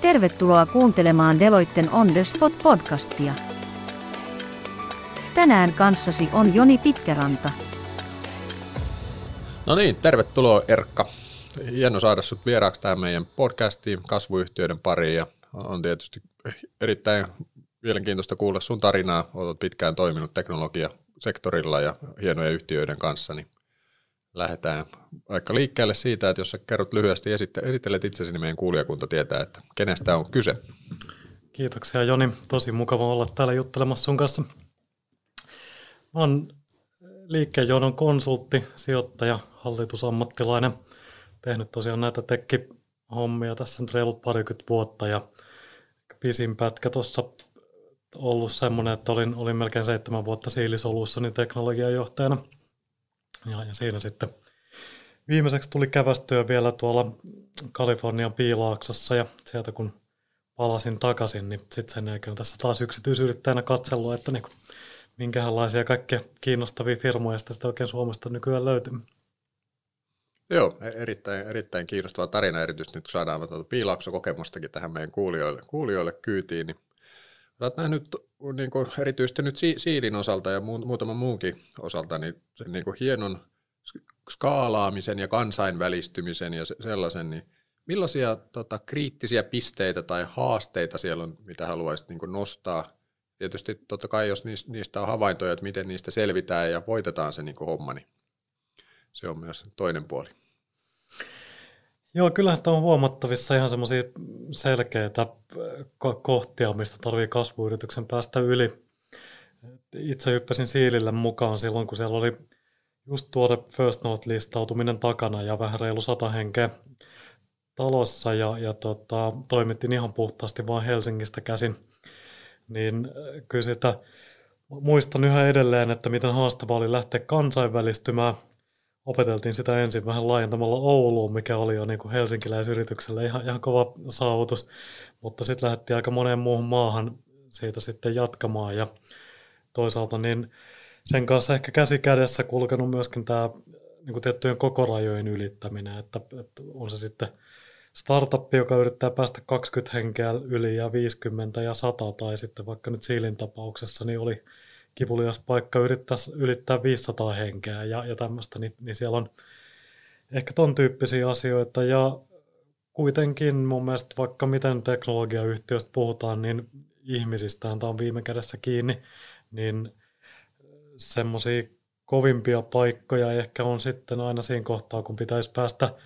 Tervetuloa kuuntelemaan Deloitten On The Spot-podcastia. Tänään kanssasi on Joni Pitkäranta. No niin, tervetuloa Erkka. Hieno saada sut vieraaksi tähän meidän podcastiin kasvuyhtiöiden pariin. Ja on tietysti erittäin mielenkiintoista kuulla sun tarinaa. Olet pitkään toiminut teknologiasektorilla ja hienojen yhtiöiden kanssa. Niin lähdetään vaikka liikkeelle siitä, että jos sä kerrot lyhyesti, esittelet itsesi, niin meidän kuulijakunta tietää, että kenestä on kyse. Kiitoksia Joni, tosi mukava olla täällä juttelemassa sun kanssa. Mä oon liikkeenjohdon konsultti, sijoittaja, hallitusammattilainen. Tehnyt tosiaan näitä tekkihommia tässä nyt reilut parikymmentä vuotta ja pisin pätkä tuossa ollut semmoinen, että olin melkein 7 vuotta Siilisolussa niin teknologiajohtajana. Ja siinä sitten viimeiseksi tuli kävästyä vielä tuolla Kalifornian Piilaaksossa ja sieltä kun palasin takaisin, niin sitten sen jälkeen on tässä taas yksityisyrittäjänä katsellut, että niinku, minkälaisia kaikkia kiinnostavia firmoja sitä oikein Suomesta nykyään löytyy. Joo, erittäin kiinnostava tarina, erityisesti nyt kun saadaan Piilaakso-kokemustakin tähän meidän kuulijoille kyytiin. Niin olet nähnyt niin kuin erityisesti nyt Siilin osalta ja muutaman muunkin osalta niin sen niin kuin hienon skaalaamisen ja kansainvälistymisen ja sellaisen, niin millaisia kriittisiä pisteitä tai haasteita siellä on, mitä haluaisit niin kuin nostaa? Tietysti totta kai, jos niistä on havaintoja, että miten niistä selvitään ja voitetaan se niin kuin homma, niin se on myös toinen puoli. Joo, kyllähän sitä on huomattavissa ihan semmoisia selkeitä kohtia, mistä tarvii kasvuyrityksen päästä yli. Itse hyppäsin Siilille mukaan silloin, kun siellä oli just tuore First Note-listautuminen takana ja vähän reilu 100 henkeä talossa ja toimittiin ihan puhtaasti vain Helsingistä käsin. Niin kyllä sitä muistan yhä edelleen, että miten haastavaa oli lähteä kansainvälistymään. Opeteltiin sitä ensin vähän laajentamalla Ouluun, mikä oli jo niin kuin helsinkiläisyritykselle ihan kova saavutus, mutta sitten lähdettiin aika moneen muuhun maahan siitä sitten jatkamaan ja toisaalta niin sen kanssa ehkä käsi kädessä kulkenut myöskin tämä niin kuin tiettyjen kokorajojen ylittäminen, että on se sitten startup, joka yrittää päästä 20 henkeä yli ja 50 ja 100 tai sitten vaikka nyt Siilin tapauksessa niin oli kivulias paikka ylittää 500 henkeä ja tämmöistä, niin siellä on ehkä ton tyyppisiä asioita ja kuitenkin mun mielestä vaikka miten teknologiayhtiöstä puhutaan, niin ihmisistähän tämä on viime kädessä kiinni, niin semmoisia kovimpia paikkoja ehkä on sitten aina siinä kohtaa, kun pitäisi päästä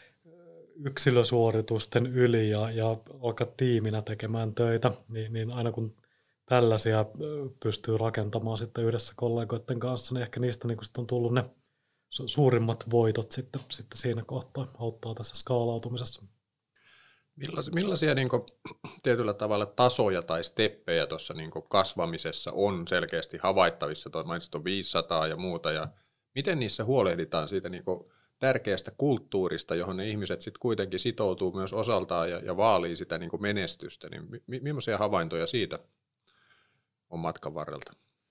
yksilösuoritusten yli ja alkaa tiiminä tekemään töitä, niin aina kun tällaisia pystyy rakentamaan sitten yhdessä kollegoiden kanssa, niin ehkä niistä niin on tullut ne suurimmat voitot sitten siinä kohtaa, auttaa tässä skaalautumisessa. Millaisia niin kuin, tietyllä tavalla tasoja tai steppejä tuossa niin kuin kasvamisessa on selkeästi havaittavissa? Mainitsit on 500 ja muuta, ja miten niissä huolehditaan siitä niin kuin tärkeästä kulttuurista, johon ne ihmiset sitten kuitenkin sitoutuu myös osaltaan ja vaalii sitä niin kuin menestystä, niin millaisia havaintoja siitä on matkan varrelta?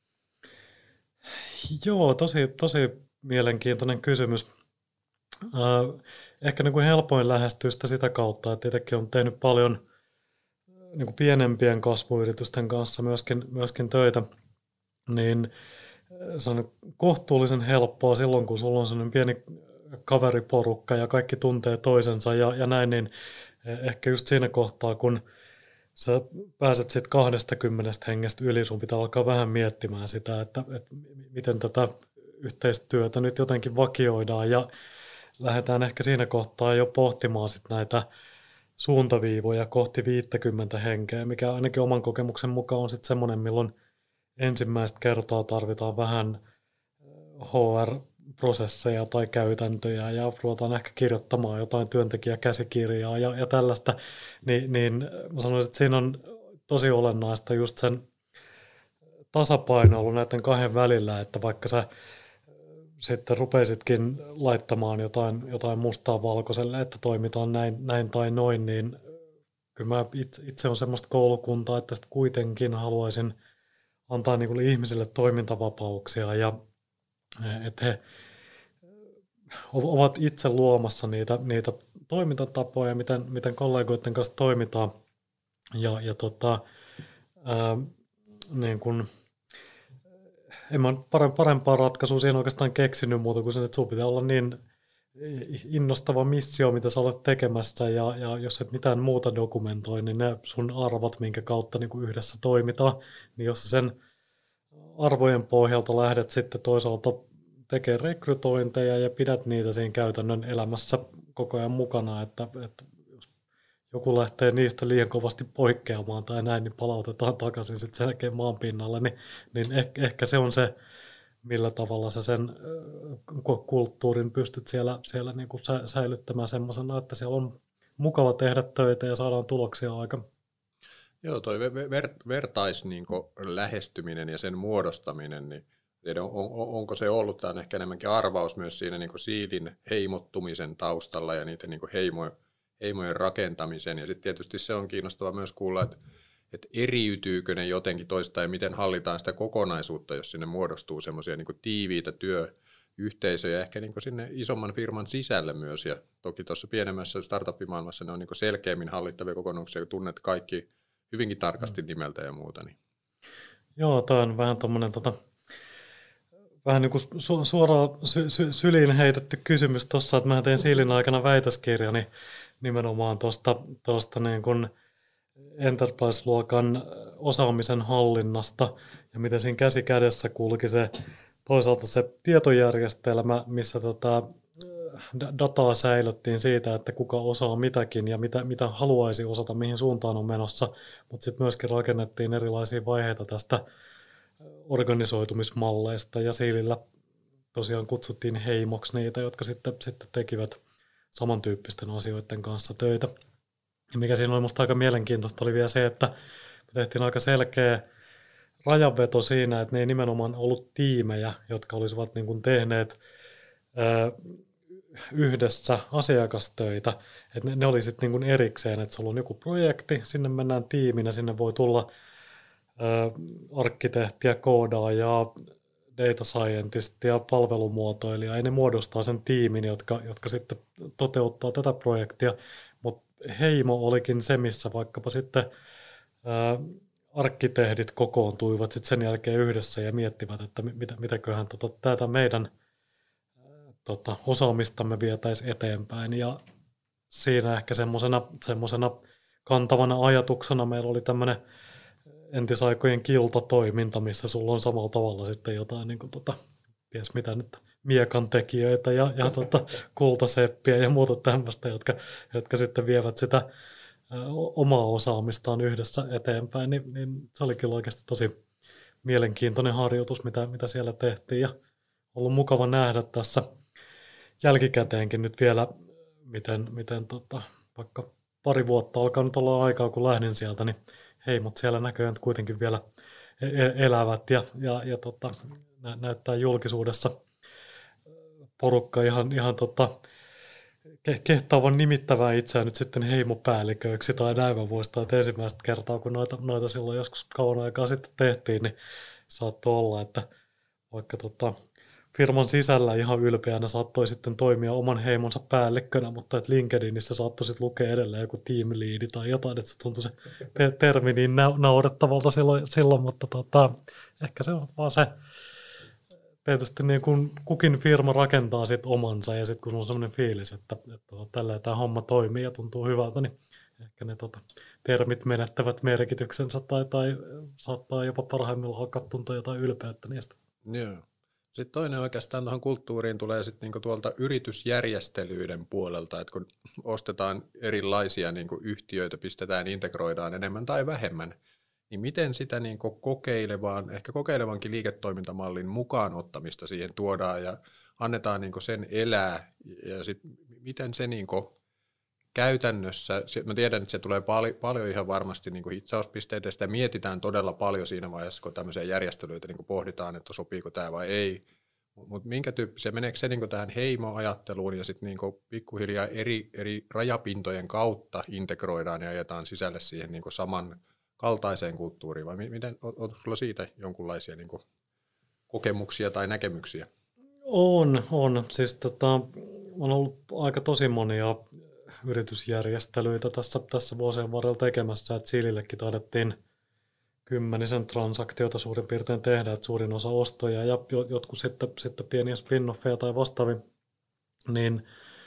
Joo, tosi mielenkiintoinen kysymys. Ehkä niin kuin helpoin lähestyä sitä kautta, että itsekin olen tehnyt paljon niin kuin pienempien kasvuyritysten kanssa myöskin töitä, niin se on kohtuullisen helppoa silloin, kun sulla on sellainen pieni kaveriporukka ja kaikki tuntee toisensa ja näin, niin ehkä just siinä kohtaa, kun sä pääset sitten 20 hengestä yli, sun pitää alkaa vähän miettimään sitä, että miten tätä yhteistyötä nyt jotenkin vakioidaan ja lähdetään ehkä siinä kohtaa jo pohtimaan sit näitä suuntaviivoja kohti 50 henkeä, mikä ainakin oman kokemuksen mukaan on sitten semmoinen, milloin ensimmäistä kertaa tarvitaan vähän HR-prosesseja tai käytäntöjä ja ruvetaan ehkä kirjoittamaan jotain työntekijäkäsikirjaa ja tällaista, niin mä sanoisin, että siinä on tosi olennaista just sen tasapainoilu näiden kahden välillä, että vaikka sä sitten rupeisitkin laittamaan jotain mustaa valkoiselle, että toimitaan näin tai noin, niin kyllä mä itse on semmoista koulukuntaa, että sitten kuitenkin haluaisin antaa niin kuin ihmisille toimintavapauksia ja että he ovat itse luomassa niitä toimintatapoja, miten kollegoiden kanssa toimitaan. Niin kun, en mä parempaa ratkaisua siihen oikeastaan keksinyt muuta kuin sen, että sun pitää olla niin innostava missio, mitä sä olet tekemässä, ja jos et mitään muuta dokumentoi, niin ne sun arvot, minkä kautta niin kuin yhdessä toimitaan, niin jos sä sen arvojen pohjalta lähdet sitten toisaalta tekemään rekrytointeja ja pidät niitä siinä käytännön elämässä koko ajan mukana, että jos joku lähtee niistä liian kovasti poikkeamaan tai näin, niin palautetaan takaisin sitten selkeän maan pinnalle, niin ehkä se on se, millä tavalla sä sen kulttuurin pystyt siellä niin kuin säilyttämään semmoisena, että siellä on mukava tehdä töitä ja saadaan tuloksia aika. Joo, toi vertais niin kuin lähestyminen ja sen muodostaminen, niin onko se ollut, tämä on ehkä enemmänkin arvaus myös siinä niin kuin siilin heimottumisen taustalla ja niiden niin kuin heimojen rakentamisen, ja sitten tietysti se on kiinnostava myös kuulla, että eriytyykö ne jotenkin toista ja miten hallitaan sitä kokonaisuutta, jos sinne muodostuu semmoisia niin kuin tiiviitä työyhteisöjä ehkä niin kuin sinne isomman firman sisälle myös, ja toki tuossa pienemmässä startup-maailmassa ne on niin kuin selkeämmin hallittavia kokonaisuuksia, kun tunnet kaikki hyvinkin tarkasti nimeltä ja muuta. Niin. Joo, tämä on vähän tuommoinen vähän niin kuin suoraan syliin heitetty kysymys tuossa, että mä tein Siilin aikana väitöskirjani nimenomaan tuosta niin kuin Enterprise-luokan osaamisen hallinnasta ja miten siinä käsi kädessä kulki se toisaalta se tietojärjestelmä, missä dataa säilyttiin siitä, että kuka osaa mitäkin ja mitä haluaisi osata, mihin suuntaan on menossa, mutta sitten myöskin rakennettiin erilaisia vaiheita tästä organisoitumismalleista ja Siilillä tosiaan kutsuttiin heimoksi niitä, jotka sitten tekivät samantyyppisten asioiden kanssa töitä. Ja mikä siinä oli musta aika mielenkiintoista oli vielä se, että me tehtiin aika selkeä rajanveto siinä, että ne ei nimenomaan ollut tiimejä, jotka olisivat niin kuin tehneet yhdessä asiakastöitä, että ne oli sitten niin kuin erikseen, että sulla on joku projekti, sinne mennään tiiminä, sinne voi tulla arkkitehtiä, koodaajaa, data scientistia, palvelumuotoilija, ja ne muodostaa sen tiimin, jotka sitten toteuttaa tätä projektia, mutta heimo olikin se, missä vaikkapa sitten arkkitehdit kokoontuivat sitten sen jälkeen yhdessä ja miettivät, että mitäköhän tätä meidän osaamistamme vietäisi eteenpäin, ja siinä ehkä semmoisena kantavana ajatuksena meillä oli tämmöinen entisaikojen kiltatoiminta, missä sulla on samalla tavalla sitten jotain niin kuin ties mitä nyt, miekan tekijöitä ja kultaseppiä ja muuta tämmöistä, jotka sitten vievät sitä omaa osaamistaan yhdessä eteenpäin, niin se oli kyllä oikeasti tosi mielenkiintoinen harjoitus, mitä siellä tehtiin, ja ollut mukava nähdä tässä jälkikäteenkin nyt vielä, miten vaikka pari vuotta alkaa nyt olla aikaa, kun lähdin sieltä, niin heimot siellä näköjään kuitenkin vielä elävät ja näyttää julkisuudessa porukka ihan kehtaavan nimittävää itseään nyt sitten heimopäälliköiksi tai näin mä muistan, että ensimmäistä kertaa kun noita silloin joskus kauan aikaa sitten tehtiin, niin saattoi olla, että vaikka firman sisällä ihan ylpeänä saattoi sitten toimia oman heimonsa päällikkönä, mutta että LinkedInissä saattoi sitten lukea edelleen joku team lead tai jotain, että se tuntui se termi niin naurettavalta silloin, mutta ehkä se on vaan se, tietysti niin kun kukin firma rakentaa sitten omansa ja sitten kun on sellainen fiilis, että tälleen tämä homma toimii ja tuntuu hyvältä, niin ehkä ne termit menettävät merkityksensä tai saattaa jopa parhaimmillaan alkaa tuntua jotain ylpeyttä niistä. Joo. Sitten toinen oikeastaan tuohon kulttuuriin tulee sitten niinku tuolta yritysjärjestelyiden puolelta, että kun ostetaan erilaisia niinku yhtiöitä, pistetään, integroidaan enemmän tai vähemmän, niin miten sitä niinku kokeilevankin liiketoimintamallin mukaan ottamista siihen tuodaan ja annetaan niinku sen elää, ja sitten miten se niinku käytännössä, mä tiedän, että se tulee paljon ihan varmasti niin kuin hitsauspisteitä, ja sitä mietitään todella paljon siinä vaiheessa, kun tämmöisiä järjestelyitä niin kuin pohditaan, että sopiiko tämä vai ei, mutta minkä tyyppisiä, meneekö se niin kuin tähän heimoajatteluun ja sitten niin kuin pikkuhiljaa eri rajapintojen kautta integroidaan ja ajetaan sisälle siihen niin kuin samankaltaiseen kulttuuriin, vai miten, onko sulla siitä jonkunlaisia niin kuin kokemuksia tai näkemyksiä? On. Siis on ollut aika tosi monia yritysjärjestelyitä tässä vuosien varrella tekemässä, että Siilillekin taidettiin 10 transaktiota suurin piirtein tehdä, että suurin osa ostoja ja jotkut sitten pieniä spin-offeja tai vastaavia, niin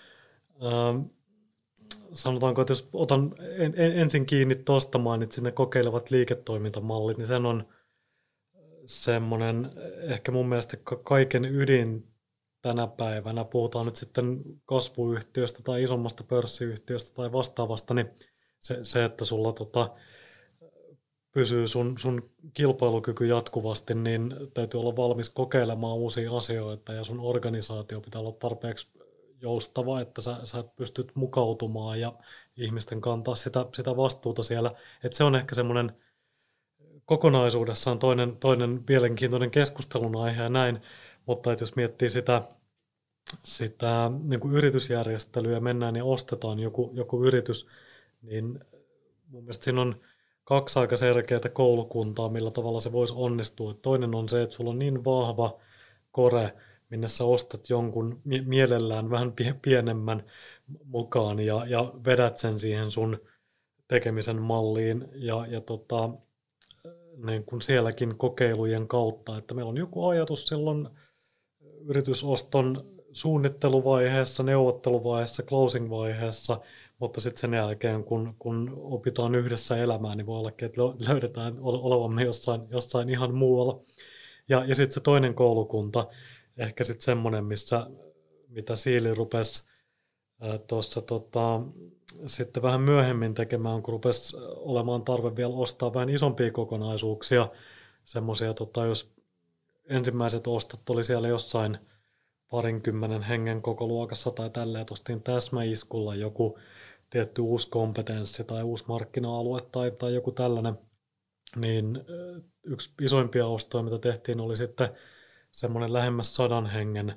sanotaanko, että jos otan ensin kiinni tuosta mainitsin ne kokeilevat liiketoimintamallit, niin sen on semmoinen ehkä mun mielestä kaiken ydin tänä päivänä, puhutaan nyt sitten kasvuyhtiöstä tai isommasta pörssiyhtiöstä tai vastaavasta, niin se että sulla pysyy sun kilpailukyky jatkuvasti, niin täytyy olla valmis kokeilemaan uusia asioita ja sun organisaatio pitää olla tarpeeksi joustava, että sä pystyt mukautumaan ja ihmisten kantaa sitä vastuuta siellä. Että se on ehkä semmoinen kokonaisuudessaan toinen mielenkiintoinen keskustelun aihe ja näin, mutta että jos miettii sitä niin kuin yritysjärjestelyä, mennään ja ostetaan joku yritys, niin mun mielestä siinä on 2 aika selkeää koulukuntaa, millä tavalla se voisi onnistua. Toinen on se, että sulla on niin vahva core, minne sä ostat jonkun mielellään vähän pienemmän mukaan ja vedät sen siihen sun tekemisen malliin ja niin kuin sielläkin kokeilujen kautta, että meillä on joku ajatus silloin yritysoston suunnitteluvaiheessa, neuvotteluvaiheessa, closing-vaiheessa, mutta sitten sen jälkeen, kun opitaan yhdessä elämään, niin voi ollakin, että löydetään olevamme jossain ihan muualla. Ja sitten se toinen koulukunta, ehkä sitten semmoinen, mitä Siili rupesi tuossa sitten vähän myöhemmin tekemään, kun rupesi olemaan tarve vielä ostaa vähän isompia kokonaisuuksia, semmoisia, jos ensimmäiset ostot oli siellä jossain 20 hengen kokoluokassa tai tälleen, että ostin täsmäiskulla joku tietty uusi kompetenssi tai uusi markkina-alue tai joku tällainen, niin yksi isoimpia ostoja, mitä tehtiin, oli sitten semmoinen lähemmäs 100 hengen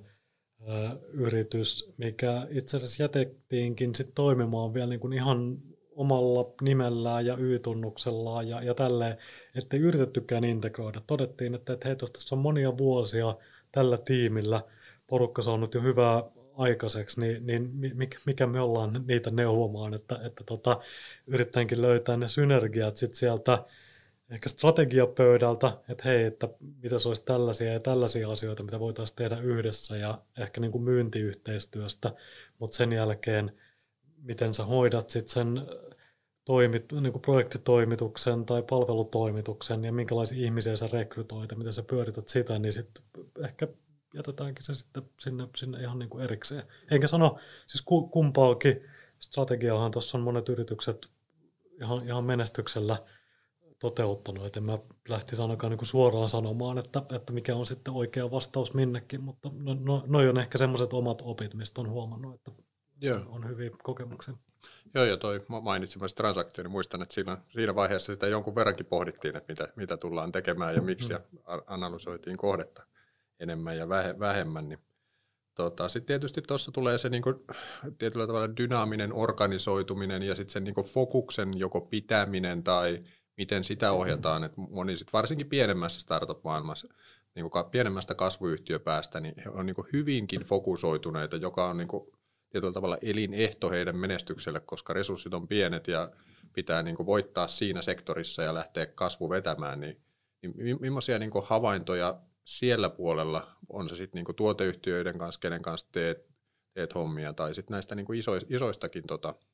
yritys, mikä itse asiassa jätettiinkin sitten toimimaan vielä niin kuin ihan omalla nimellään ja Y-tunnuksellaan ja tälleen, ettei yritettykään integroida. Todettiin, että hei, tässä on monia vuosia tällä tiimillä, porukka saanut jo hyvää aikaiseksi, niin mikä me ollaan niitä neuvomaan, että yrittäenkin löytää ne synergiat sitten sieltä ehkä strategiapöydältä, että hei, että mitä se olisi tällaisia ja tällaisia asioita, mitä voitaisiin tehdä yhdessä ja ehkä niin kuin myyntiyhteistyöstä, mutta sen jälkeen, miten sä hoidat sitten sen niin kuin projektitoimituksen tai palvelutoimituksen ja minkälaisia ihmisiä sä rekrytoit ja miten sä pyörität sitä, niin sitten ehkä jätetäänkin se sitten sinne ihan niin kuin erikseen. Enkä sano, siis kumpaakin strategiaahan tuossa on monet yritykset ihan menestyksellä toteuttanut, että en mä lähtisi ainakaan niin kuin suoraan sanomaan, että mikä on sitten oikea vastaus minnekin, mutta noi on ehkä semmoiset omat opit, mistä on huomannut, että on hyviä kokemuksia. Joo, ja toi mainitsemasi transaktio, niin muistan, että siinä vaiheessa sitä jonkun verrankin pohdittiin, että mitä tullaan tekemään ja miksi, ja analysoitiin kohdetta enemmän ja vähemmän. Niin, sitten tietysti tuossa tulee se niin kuin, tietyllä tavalla dynaaminen organisoituminen ja sitten sen niin kuin fokuksen joko pitäminen tai miten sitä ohjataan, että moni sitten varsinkin pienemmässä startup-maailmassa, niin kuin pienemmästä kasvuyhtiöpäästä, niin he on niin kuin hyvinkin fokusoituneita, joka on niin kuin tietyllä tavalla elinehto heidän menestykselle, koska resurssit on pienet ja pitää niin kuin voittaa siinä sektorissa ja lähteä kasvu vetämään, niin millaisia niin kuin havaintoja siellä puolella on se sitten niin kuin tuoteyhtiöiden kanssa, kenen kanssa teet hommia, tai sitten näistä niin kuin isoistakin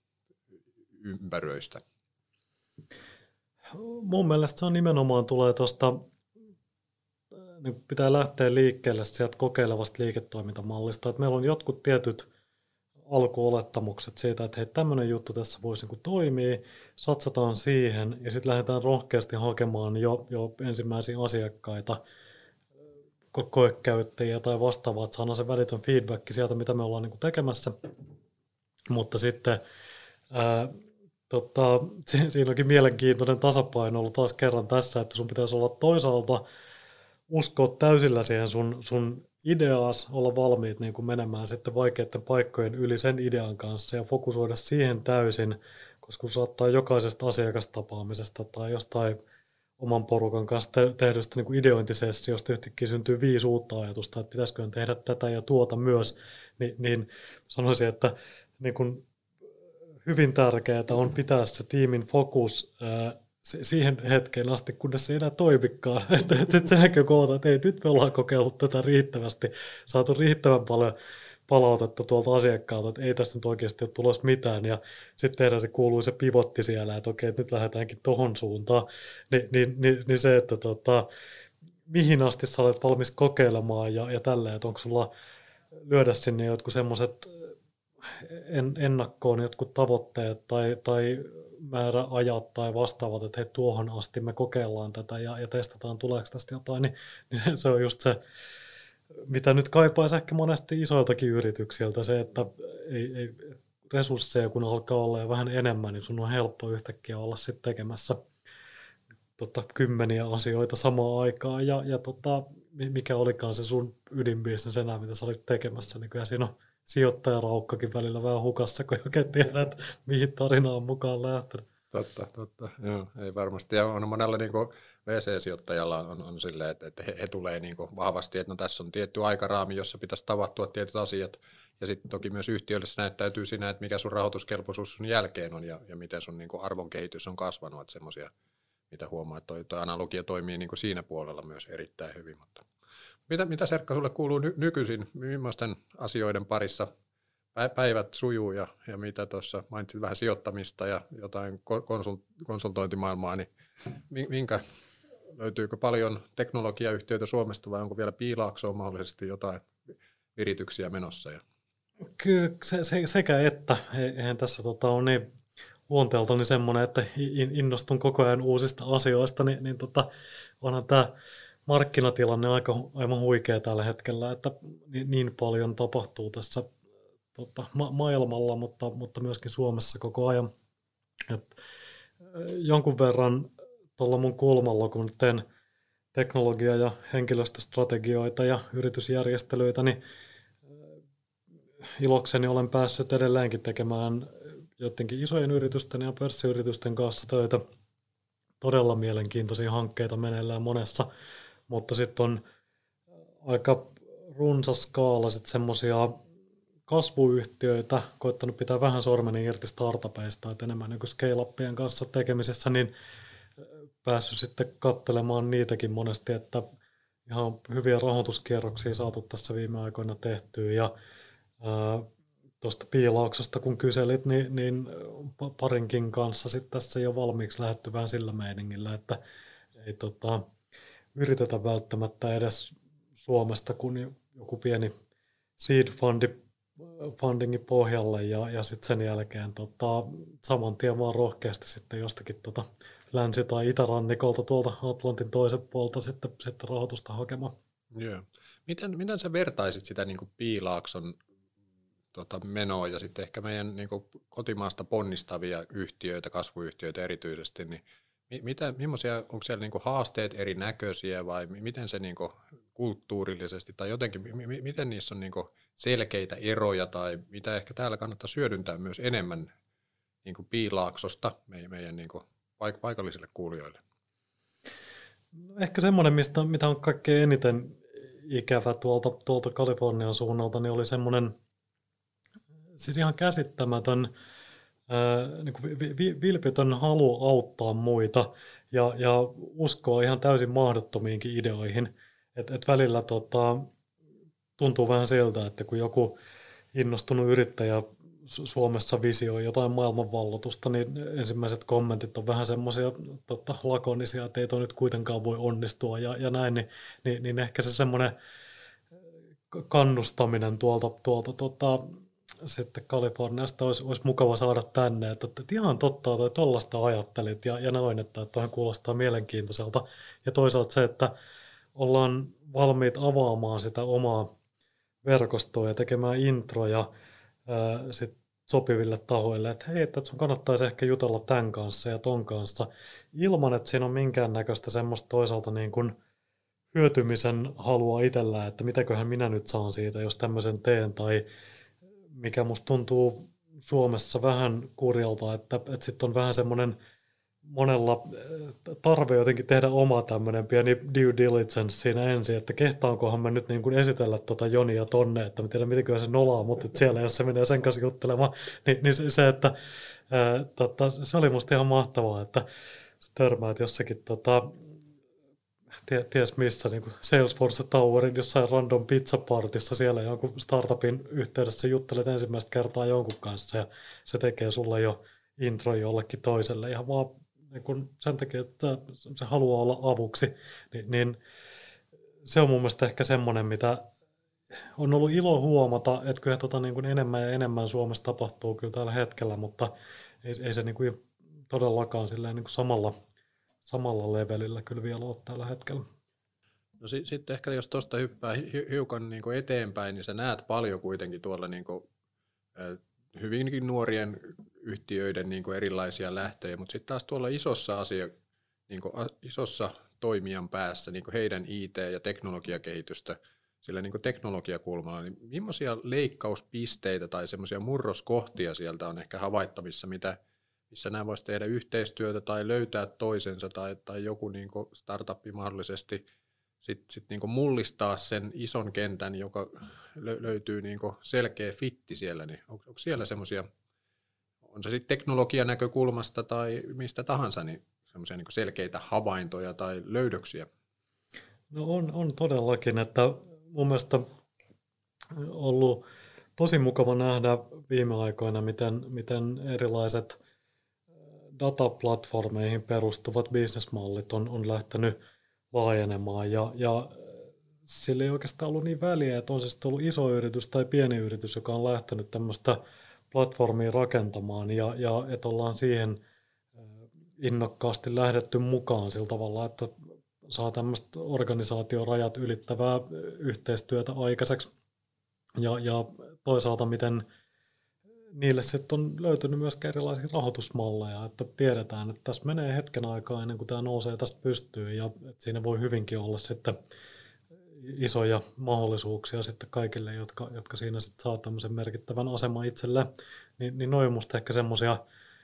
ympäröistä? Mun mielestä se on nimenomaan tulee tuosta, niin pitää lähteä liikkeelle sieltä kokeilevasta liiketoimintamallista, että meillä on jotkut tietyt alkuolettamukset siitä, että hei, tämmöinen juttu tässä voisi niin kuin toimia, satsataan siihen ja sitten lähdetään rohkeasti hakemaan jo ensimmäisiä asiakkaita, koekäyttäjiä tai vastaavaa, että saadaan se välitön feedback sieltä, mitä me ollaan niin kuin tekemässä, mutta sitten siinä onkin mielenkiintoinen tasapaino ollut taas kerran tässä, että sun pitäisi olla toisaalta uskoa täysillä siihen sun ideaas, olla valmiit niin kuin menemään sitten vaikeiden paikkojen yli sen idean kanssa ja fokusoida siihen täysin, koska kun saattaa jokaisesta asiakastapaamisesta tai jostain oman porukan kanssa tehdystä niin kuin ideointisessiosta yhtäkkiä syntyy 5 uutta ajatusta, että pitäisiköhän tehdä tätä ja tuota myös, niin sanoisin, että niin kuin hyvin tärkeää on pitää se tiimin fokus siihen hetkeen asti, kunnes se ei enää toimikaan. Että sen jälkeen koota, että ei, nyt me ollaan kokeiltu tätä riittävästi, saatu riittävän paljon palautetta tuolta asiakkaalta, että ei tästä nyt oikeasti ole tulossa mitään, ja sitten tehdään se kuuluisa pivotti siellä, että okei, että nyt lähdetäänkin tohon suuntaan, niin se, että mihin asti sä olet valmis kokeilemaan ja tälleen, että onko sulla lyödä sinne jotkut semmoiset ennakkoon jotkut tavoitteet tai määräajat tai vastaavat, että hei, tuohon asti me kokeillaan tätä ja testataan tuleeko tästä jotain, niin se on just se, mitä nyt kaipaisi ehkä monesti isoiltakin yrityksiltä, se, että ei resursseja kun alkaa olla jo vähän enemmän, niin sun on helppo yhtäkkiä olla sitten tekemässä kymmeniä asioita samaan aikaan ja mikä olikaan se sun ydinbisnes enää, mitä sä olit tekemässä, niin kyllä siinä on sijoittajaraukkakin välillä vähän hukassa, kun oikein tiedät, mihin tarina on mukaan lähtenyt. Totta. Joo, ei varmasti. Ja on monella niin VC-sijoittajalla on silleen, että he tulee niin vahvasti, että no tässä on tietty aikaraami, jossa pitäisi tapahtua tietyt asiat. Ja sitten toki myös yhtiölle se näyttäytyy siinä, että mikä sun rahoituskelpoisuus sun jälkeen on ja miten sun niin arvonkehitys on kasvanut. Että semmoisia, mitä huomaa, että toi analogia toimii niin siinä puolella myös erittäin hyvin. Mutta mitä Serkka sulle kuuluu nykyisin, millaisten asioiden parissa päivät sujuu ja mitä tuossa mainitsit vähän sijoittamista ja jotain konsultointimaailmaa, niin löytyykö paljon teknologiayhtiöitä Suomesta vai onko vielä Piilaaksoon mahdollisesti jotain virityksiä menossa? Kyllä sekä että, eihän tässä ole niin luonteeltani semmoinen, että innostun koko ajan uusista asioista, niin onhan tämä markkinatilanne aivan huikea tällä hetkellä, että niin paljon tapahtuu tässä maailmalla, mutta myöskin Suomessa koko ajan. Et jonkun verran tuolla mun kulmalla, kun teen teknologia- ja henkilöstöstrategioita ja yritysjärjestelyitä, niin ilokseni olen päässyt edelleenkin tekemään jotenkin isojen yritysten ja pörssiyritysten kanssa töitä. Todella mielenkiintoisia hankkeita meneillään monessa, mutta sitten on aika runsas skaala sitten semmoisia kasvuyhtiöitä, koittanut pitää vähän sormeni irti startupeista, että enemmän niin kuin scale-upien kanssa tekemisessä, niin päässyt sitten katselemaan niitäkin monesti, että ihan hyviä rahoituskierroksia saatu tässä viime aikoina tehtyä, ja tuosta Piilaaksosta kun kyselit, niin parinkin kanssa sitten tässä jo valmiiksi lähdetty vähän sillä meiningillä, että ei yritetä välttämättä edes Suomesta, kun joku pieni seed fundingin pohjalle ja sitten sen jälkeen saman tien vaan rohkeasti sitten jostakin länsi- tai itärannikolta tuolta Atlantin toisen puolta sitten rahoitusta hakemaan. Joo. Miten sä vertaisit sitä niin kuin Piilaakson menoa ja sitten ehkä meidän niin kuin kotimaasta ponnistavia yhtiöitä, kasvuyhtiöitä erityisesti, niin onko siellä niin kuin haasteet erinäköisiä vai miten se niin kuin kulttuurillisesti tai jotenkin, miten niissä on niin kuin selkeitä eroja tai mitä ehkä täällä kannattaa hyödyntää myös enemmän niin kuin Piilaaksosta meidän niin kuin paikallisille kuulijoille? Ehkä semmoinen, mitä on kaikkein eniten ikävä tuolta Kalifornian suunnalta, niin oli semmoinen siis ihan käsittämätön niin kuin vilpitön halu auttaa muita ja uskoa ihan täysin mahdottomiinkin ideoihin. Et välillä tuntuu vähän siltä, että kun joku innostunut yrittäjä Suomessa visioi jotain maailmanvalloitusta, niin ensimmäiset kommentit on vähän semmoisia lakonisia, että ei toi nyt kuitenkaan voi onnistua ja näin, niin ehkä se semmoinen kannustaminen tuolta sitten Kaliforniasta olisi mukava saada tänne, että ihan totta, että tollaista ajattelit ja noin, että tuohon kuulostaa mielenkiintoiselta. Ja toisaalta se, että ollaan valmiit avaamaan sitä omaa verkostoa ja tekemään introja sit sopiville tahoille, että hei, että sun kannattaisi ehkä jutella tämän kanssa ja ton kanssa, ilman että siinä on minkäännäköistä semmoista toisaalta niin kuin hyötymisen halua itsellään, että mitäköhän minä nyt saan siitä, jos tämmöisen teen, tai mikä musta tuntuu Suomessa vähän kurjalta, että sitten on vähän semmoinen monella tarve jotenkin tehdä oma tämmöinen pieni due diligence siinä ensin, että kehtaankohan mä nyt niin kuin esitellä Jonia tonne, että mä tiedän mitenkö se nolaa, mutta siellä jos se menee sen kanssa juttelemaan, niin se, että se oli musta ihan mahtavaa, että törmäät jossakin ties missä, niin kuin Salesforce Towerin jossain random pizzapartissa siellä jonkun startupin yhteydessä juttelet ensimmäistä kertaa jonkun kanssa ja se tekee sulle jo intro jollekin toiselle ihan vaan niin kun sen takia, että se haluaa olla avuksi, niin se on mun mielestä ehkä semmoinen, mitä on ollut ilo huomata, että kyllä niin kuin enemmän ja enemmän Suomessa tapahtuu kyllä tällä hetkellä, mutta ei se niin kuin todellakaan silleen niin kuin samalla levelillä kyllä vielä ole tällä hetkellä. No sitten ehkä jos tuosta hyppää hiukan niin kuin eteenpäin, niin sä näet paljon kuitenkin tuolla niin kuin, hyvinkin nuorien yhtiöiden niin kuin erilaisia lähtöjä, mutta sitten taas tuolla isossa toimijan päässä niin kuin heidän IT- ja teknologiakehitystä sillä niin kuin teknologiakulmalla, niin millaisia leikkauspisteitä tai semmoisia murroskohtia sieltä on ehkä havaittavissa, missä nämä voisi tehdä yhteistyötä tai löytää toisensa tai joku niin kuin startupi mahdollisesti sit niin kuin mullistaa sen ison kentän, joka löytyy niin kuin selkeä fitti siellä, niin onko siellä semmoisia, on se sitten teknologian näkökulmasta tai mistä tahansa, niin semmoisia niin kuin selkeitä havaintoja tai löydöksiä? No on todellakin, että mun mielestä on ollut tosi mukava nähdä viime aikoina, miten erilaiset dataplatformeihin perustuvat bisnesmallit on lähtenyt laajenemaan ja sillä ei oikeastaan ollut niin väliä, että on se sitten ollut iso yritys tai pieni yritys, joka on lähtenyt tämmöistä platformia rakentamaan ja että ollaan siihen innokkaasti lähdetty mukaan sillä tavalla, että saa tämmöistä organisaatiorajat ylittävää yhteistyötä aikaiseksi ja toisaalta miten niille sitten on löytynyt myös erilaisia rahoitusmalleja, että tiedetään, että tässä menee hetken aikaa ennen kuin tämä nousee tästä pystyyn ja että siinä voi hyvinkin olla sitten isoja mahdollisuuksia sitten kaikille, jotka siinä sitten saa tämmöisen merkittävän aseman itselle, niin noin on musta ehkä semmoisia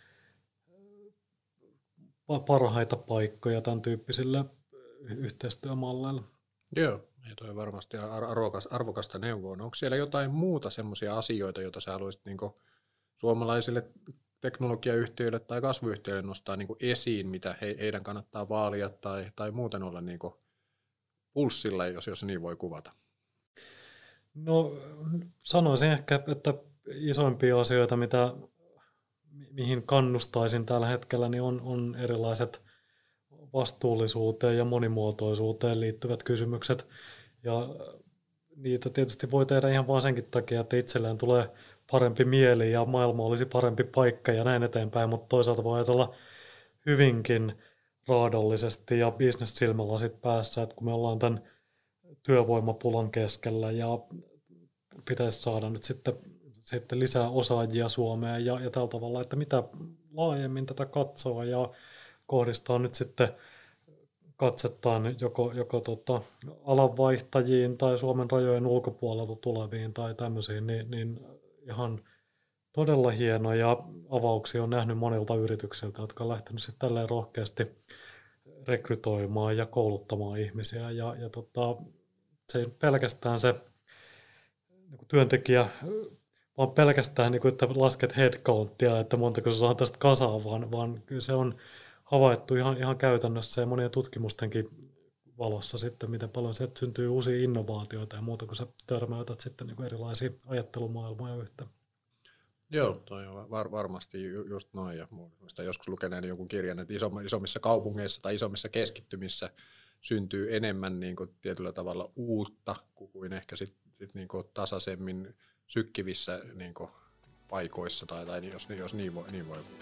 parhaita paikkoja tämän tyyppisille yhteistyömalleille. Joo, ja toi on varmasti arvokasta neuvoa. Onko siellä jotain muuta semmoisia asioita, joita sä haluaisit niin kuin suomalaisille teknologiayhtiöille tai kasvuyhtiöille nostaa niin kuin esiin, mitä heidän kannattaa vaalia tai muuten olla niin kuin pulssilla, jos niin voi kuvata? No sanoisin ehkä, että isoimpia asioita, mihin kannustaisin tällä hetkellä, niin on erilaiset vastuullisuuteen ja monimuotoisuuteen liittyvät kysymykset. Ja niitä tietysti voi tehdä ihan vaan senkin takia, että itselleen tulee parempi mieli ja maailma olisi parempi paikka ja näin eteenpäin, mutta toisaalta voi ajatella hyvinkin raadollisesti ja bisnessilmälasit päässä, että kun me ollaan tämän työvoimapulan keskellä ja pitäisi saada nyt sitten lisää osaajia Suomeen ja tällä tavalla, että mitä laajemmin tätä katsoa ja kohdistaa nyt sitten katsettaan joko alanvaihtajiin tai Suomen rajojen ulkopuolelta tuleviin tai tämmöisiin, niin ihan todella hienoja avauksia on nähnyt monilta yrityksiltä, jotka on lähtenyt sitten tälleen rohkeasti rekrytoimaan ja kouluttamaan ihmisiä. Se ei pelkästään se niin työntekijä, vaan pelkästään, niin kuin, että lasket headcountia, että montako se saa tästä kasaan, vaan kyllä se on havaittu ihan käytännössä ja monien tutkimustenkin valossa sitten, miten paljon sieltä syntyy uusia innovaatioita ja muuta, kun sä törmäytät sitten niin kuin erilaisia ajattelumaailmoja yhteen. Joo, toi on varmasti just noin. Ja muistan joskus lukeneeni jonkun kirjan, että isommissa kaupungeissa tai isommissa keskittymissä syntyy enemmän niin kuin tietyllä tavalla uutta kuin ehkä sit niin kuin tasaisemmin sykkivissä niin kuin paikoissa tai jos niin voi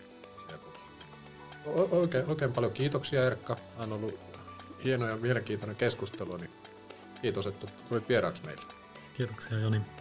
Oikein paljon kiitoksia, Erkka. On ollut hieno ja mielenkiintoinen keskustelu, niin kiitos, että tulit vieraaksi meille. Kiitoksia, Joni.